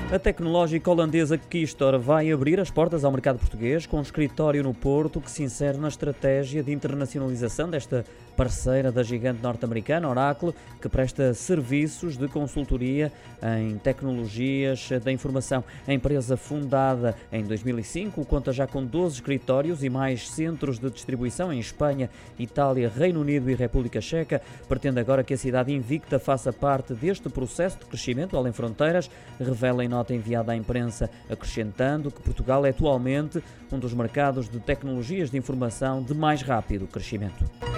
A tecnológica holandesa Kistor vai abrir as portas ao mercado português com um escritório no Porto que se insere na estratégia de internacionalização desta parceira da gigante norte-americana Oracle, que presta serviços de consultoria em tecnologias da informação. A empresa, fundada em 2005, conta já com 12 escritórios e mais centros de distribuição em Espanha, Itália, Reino Unido e República Checa. Pretende agora que a cidade invicta faça parte deste processo de crescimento além fronteiras, revela em nota enviada à imprensa, acrescentando que Portugal é atualmente um dos mercados de tecnologias de informação de mais rápido crescimento.